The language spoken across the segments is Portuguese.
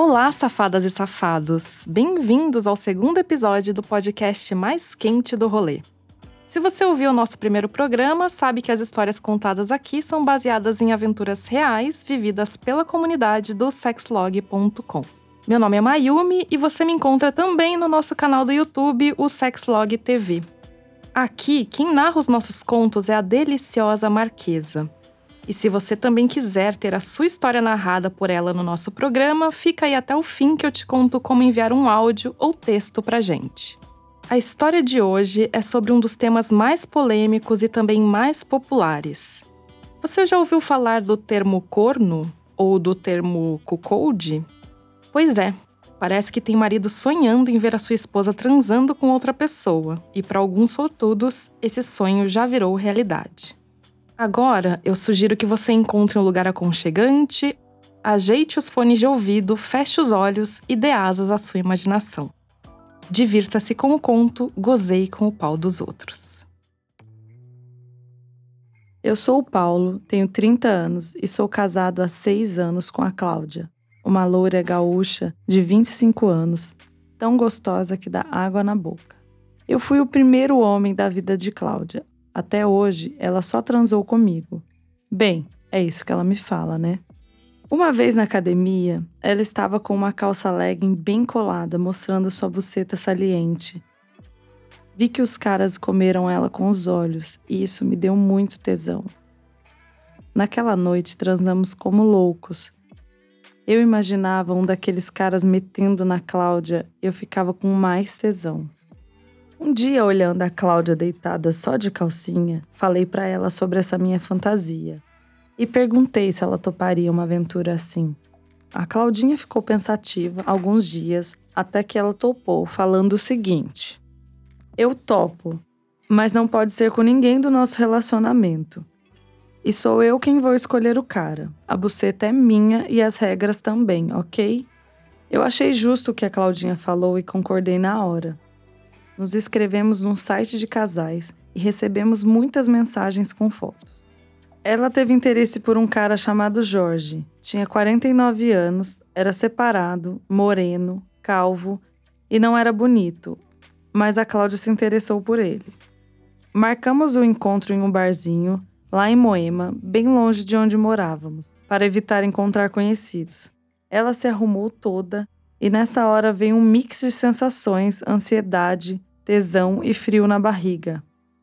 Olá, safadas e safados! Bem-vindos ao segundo episódio do podcast mais quente do rolê. Se você ouviu o nosso primeiro programa, sabe que as histórias contadas aqui são baseadas em aventuras reais vividas pela comunidade do sexlog.com. Meu nome é Mayumi e você me encontra também no nosso canal do YouTube, o Sexlog TV. Aqui, quem narra os nossos contos é a deliciosa Marquesa. E se você também quiser ter a sua história narrada por ela no nosso programa, fica aí até o fim que eu te conto como enviar um áudio ou texto pra gente. A história de hoje é sobre um dos temas mais polêmicos e também mais populares. Você já ouviu falar do termo corno ou do termo cuckold? Pois é, parece que tem marido sonhando em ver a sua esposa transando com outra pessoa, e para alguns sortudos, esse sonho já virou realidade. Agora, eu sugiro que você encontre um lugar aconchegante, ajeite os fones de ouvido, feche os olhos e dê asas à sua imaginação. Divirta-se com o conto, gozeie com o pau dos outros. Eu sou o Paulo, tenho 30 anos e sou casado há 6 anos com a Cláudia, uma loira gaúcha de 25 anos, tão gostosa que dá água na boca. Eu fui o primeiro homem da vida de Cláudia. Até hoje, ela só transou comigo. Bem, é isso que ela me fala, né? Uma vez na academia, ela estava com uma calça legging bem colada, mostrando sua buceta saliente. Vi que os caras comeram ela com os olhos, e isso me deu muito tesão. Naquela noite, transamos como loucos. Eu imaginava um daqueles caras metendo na Cláudia, e eu ficava com mais tesão. Um dia, olhando a Cláudia deitada só de calcinha, falei pra ela sobre essa minha fantasia e perguntei se ela toparia uma aventura assim. A Claudinha ficou pensativa alguns dias até que ela topou, falando o seguinte: eu topo, mas não pode ser com ninguém do nosso relacionamento. E sou eu quem vou escolher o cara. A buceta é minha e as regras também, ok? Eu achei justo o que a Claudinha falou e concordei na hora. Nos inscrevemos num site de casais e recebemos muitas mensagens com fotos. Ela teve interesse por um cara chamado Jorge. Tinha 49 anos, era separado, moreno, calvo e não era bonito, mas a Cláudia se interessou por ele. Marcamos o encontro em um barzinho, lá em Moema, bem longe de onde morávamos, para evitar encontrar conhecidos. Ela se arrumou toda e nessa hora veio um mix de sensações, ansiedade, tesão e frio na barriga.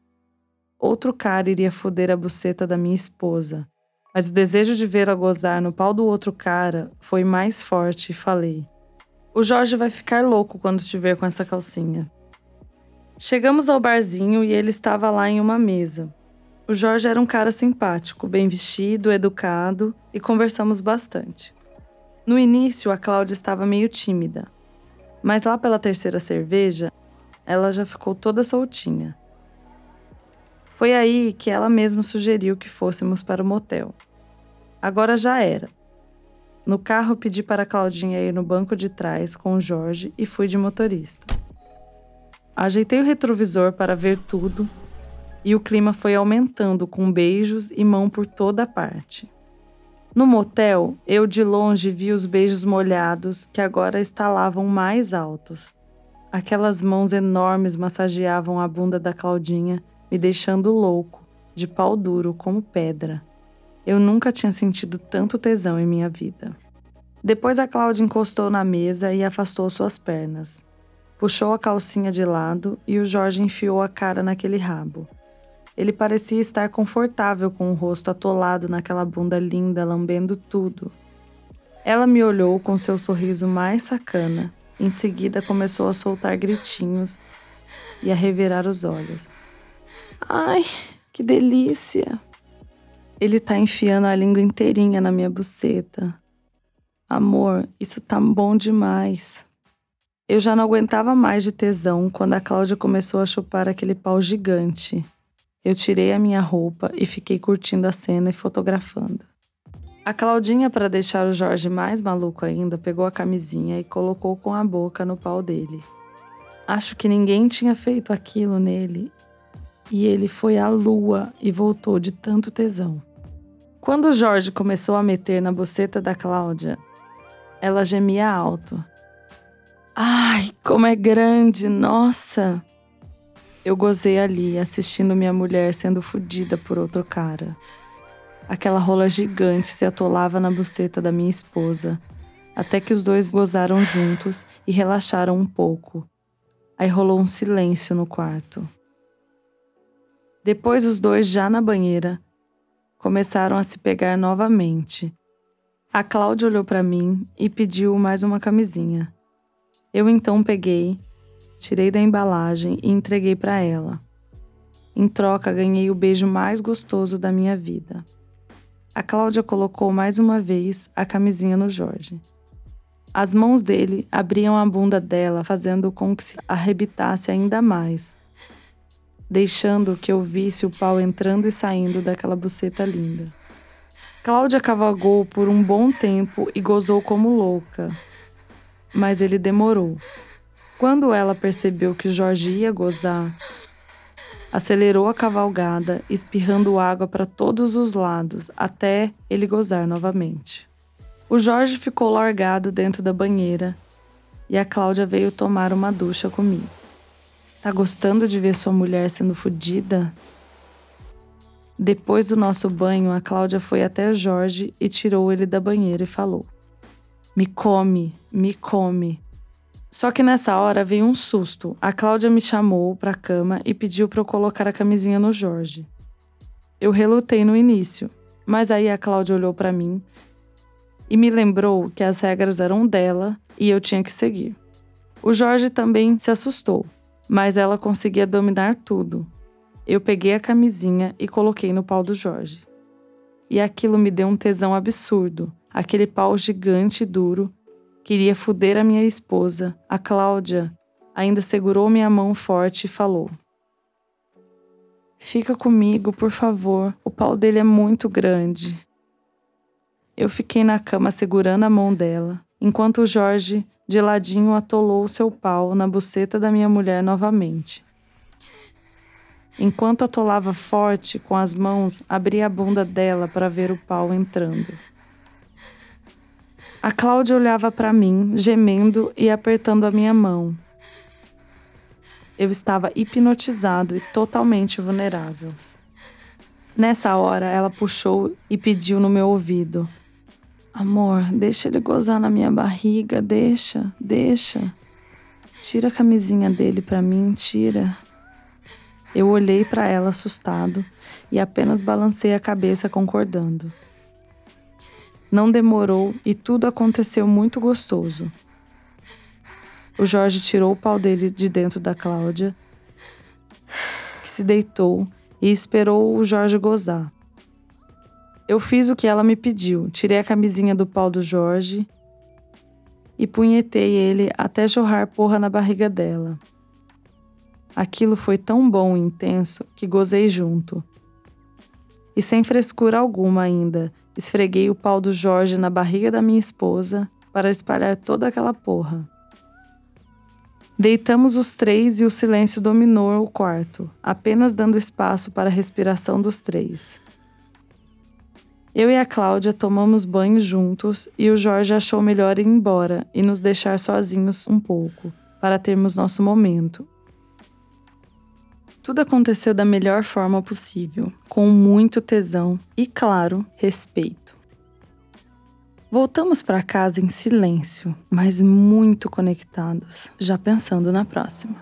Outro cara iria foder a buceta da minha esposa, mas o desejo de vê-la gozar no pau do outro cara foi mais forte e falei: o Jorge vai ficar louco quando te ver com essa calcinha. Chegamos ao barzinho e ele estava lá em uma mesa. O Jorge era um cara simpático, bem vestido, educado e conversamos bastante. No início, a Cláudia estava meio tímida, mas lá pela terceira cerveja, ela já ficou toda soltinha. Foi aí que ela mesma sugeriu que fôssemos para o motel. Agora já era. No carro, pedi para a Claudinha ir no banco de trás com o Jorge e fui de motorista. Ajeitei o retrovisor para ver tudo e o clima foi aumentando com beijos e mão por toda parte. No motel, eu de longe vi os beijos molhados que agora estalavam mais altos. Aquelas mãos enormes massageavam a bunda da Claudinha, me deixando louco, de pau duro como pedra. Eu nunca tinha sentido tanto tesão em minha vida. Depois a Cláudia encostou na mesa e afastou suas pernas. Puxou a calcinha de lado e o Jorge enfiou a cara naquele rabo. Ele parecia estar confortável com o rosto atolado naquela bunda linda, lambendo tudo. Ela me olhou com seu sorriso mais sacana. Em seguida começou a soltar gritinhos e a revirar os olhos. Ai, que delícia! Ele tá enfiando a língua inteirinha na minha buceta. Amor, isso tá bom demais. Eu já não aguentava mais de tesão quando a Cláudia começou a chupar aquele pau gigante. Eu tirei a minha roupa e fiquei curtindo a cena e fotografando. A Claudinha, para deixar o Jorge mais maluco ainda, pegou a camisinha e colocou com a boca no pau dele. Acho que ninguém tinha feito aquilo nele. E ele foi à lua e voltou de tanto tesão. Quando o Jorge começou a meter na buceta da Cláudia, Ela gemia alto. Ai, como é grande, nossa! Eu gozei ali, assistindo minha mulher sendo fudida por outro cara. Aquela rola gigante se atolava na buceta da minha esposa, até que os dois gozaram juntos e relaxaram um pouco. Aí rolou um silêncio no quarto. Depois os dois, já na banheira, começaram a se pegar novamente. A Cláudia olhou para mim e pediu mais uma camisinha. Eu então peguei, tirei da embalagem e entreguei para ela. Em troca, ganhei o beijo mais gostoso da minha vida. A Cláudia colocou mais uma vez a camisinha no Jorge. As mãos dele abriam a bunda dela, fazendo com que se arrebitasse ainda mais, deixando que eu visse o pau entrando e saindo daquela buceta linda. Cláudia cavalgou por um bom tempo e gozou como louca, mas ele demorou. Quando ela percebeu que o Jorge ia gozar, acelerou a cavalgada, espirrando água para todos os lados, até ele gozar novamente. O Jorge ficou largado dentro da banheira e a Cláudia veio tomar uma ducha comigo. Tá gostando de ver sua mulher sendo fodida? Depois do nosso banho, a Cláudia foi até o Jorge e tirou ele da banheira e falou: Me come, me come. Só que nessa hora veio um susto. A Cláudia me chamou para a cama e pediu para eu colocar a camisinha no Jorge. Eu relutei no início, mas aí a Cláudia olhou para mim e me lembrou que as regras eram dela e eu tinha que seguir. O Jorge também se assustou, mas ela conseguia dominar tudo. Eu peguei a camisinha e coloquei no pau do Jorge. E aquilo me deu um tesão absurdo. Aquele pau gigante e duro queria foder a minha esposa. A Cláudia ainda segurou minha mão forte e falou: Fica comigo, por favor. O pau dele é muito grande. Eu fiquei na cama segurando a mão dela, enquanto o Jorge, de ladinho, atolou seu pau na buceta da minha mulher novamente. Enquanto atolava forte com as mãos, abri a bunda dela para ver o pau entrando. A Cláudia olhava para mim, gemendo e apertando a minha mão. Eu estava hipnotizado e totalmente vulnerável. Nessa hora, ela puxou e pediu no meu ouvido: Amor, deixa ele gozar na minha barriga, deixa. Tira a camisinha dele pra mim, tira. Eu olhei pra ela assustado e apenas balancei a cabeça concordando. Não demorou e tudo aconteceu muito gostoso. O Jorge tirou o pau dele de dentro da Cláudia, que se deitou e esperou o Jorge gozar. Eu fiz o que ela me pediu, tirei a camisinha do pau do Jorge e punhetei ele até jorrar porra na barriga dela. Aquilo foi tão bom e intenso que gozei junto. E sem frescura alguma ainda, esfreguei o pau do Jorge na barriga da minha esposa para espalhar toda aquela porra. Deitamos os três e o silêncio dominou o quarto, apenas dando espaço para a respiração dos três. Eu e a Cláudia tomamos banho juntos e o Jorge achou melhor ir embora e nos deixar sozinhos um pouco, para termos nosso momento. Tudo aconteceu da melhor forma possível, com muito tesão e, claro, respeito. Voltamos para casa em silêncio, mas muito conectados, já pensando na próxima.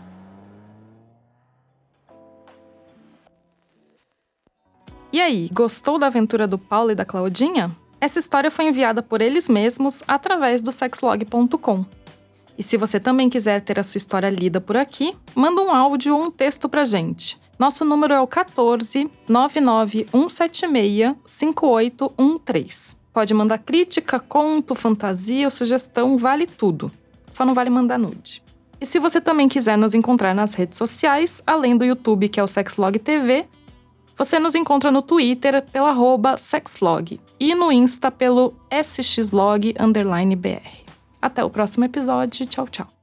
E aí, gostou da aventura do Paulo e da Claudinha? Essa história foi enviada por eles mesmos através do sexlog.com. E se você também quiser ter a sua história lida por aqui, manda um áudio ou um texto pra gente. Nosso número é o 14 99176 5813. Pode mandar crítica, conto, fantasia ou sugestão, vale tudo. Só não vale mandar nude. E se você também quiser nos encontrar nas redes sociais, além do YouTube, que é o Sexlog TV, você nos encontra no Twitter pela @sexlog e no Insta pelo sxlog_br. Até o próximo episódio. Tchau, tchau.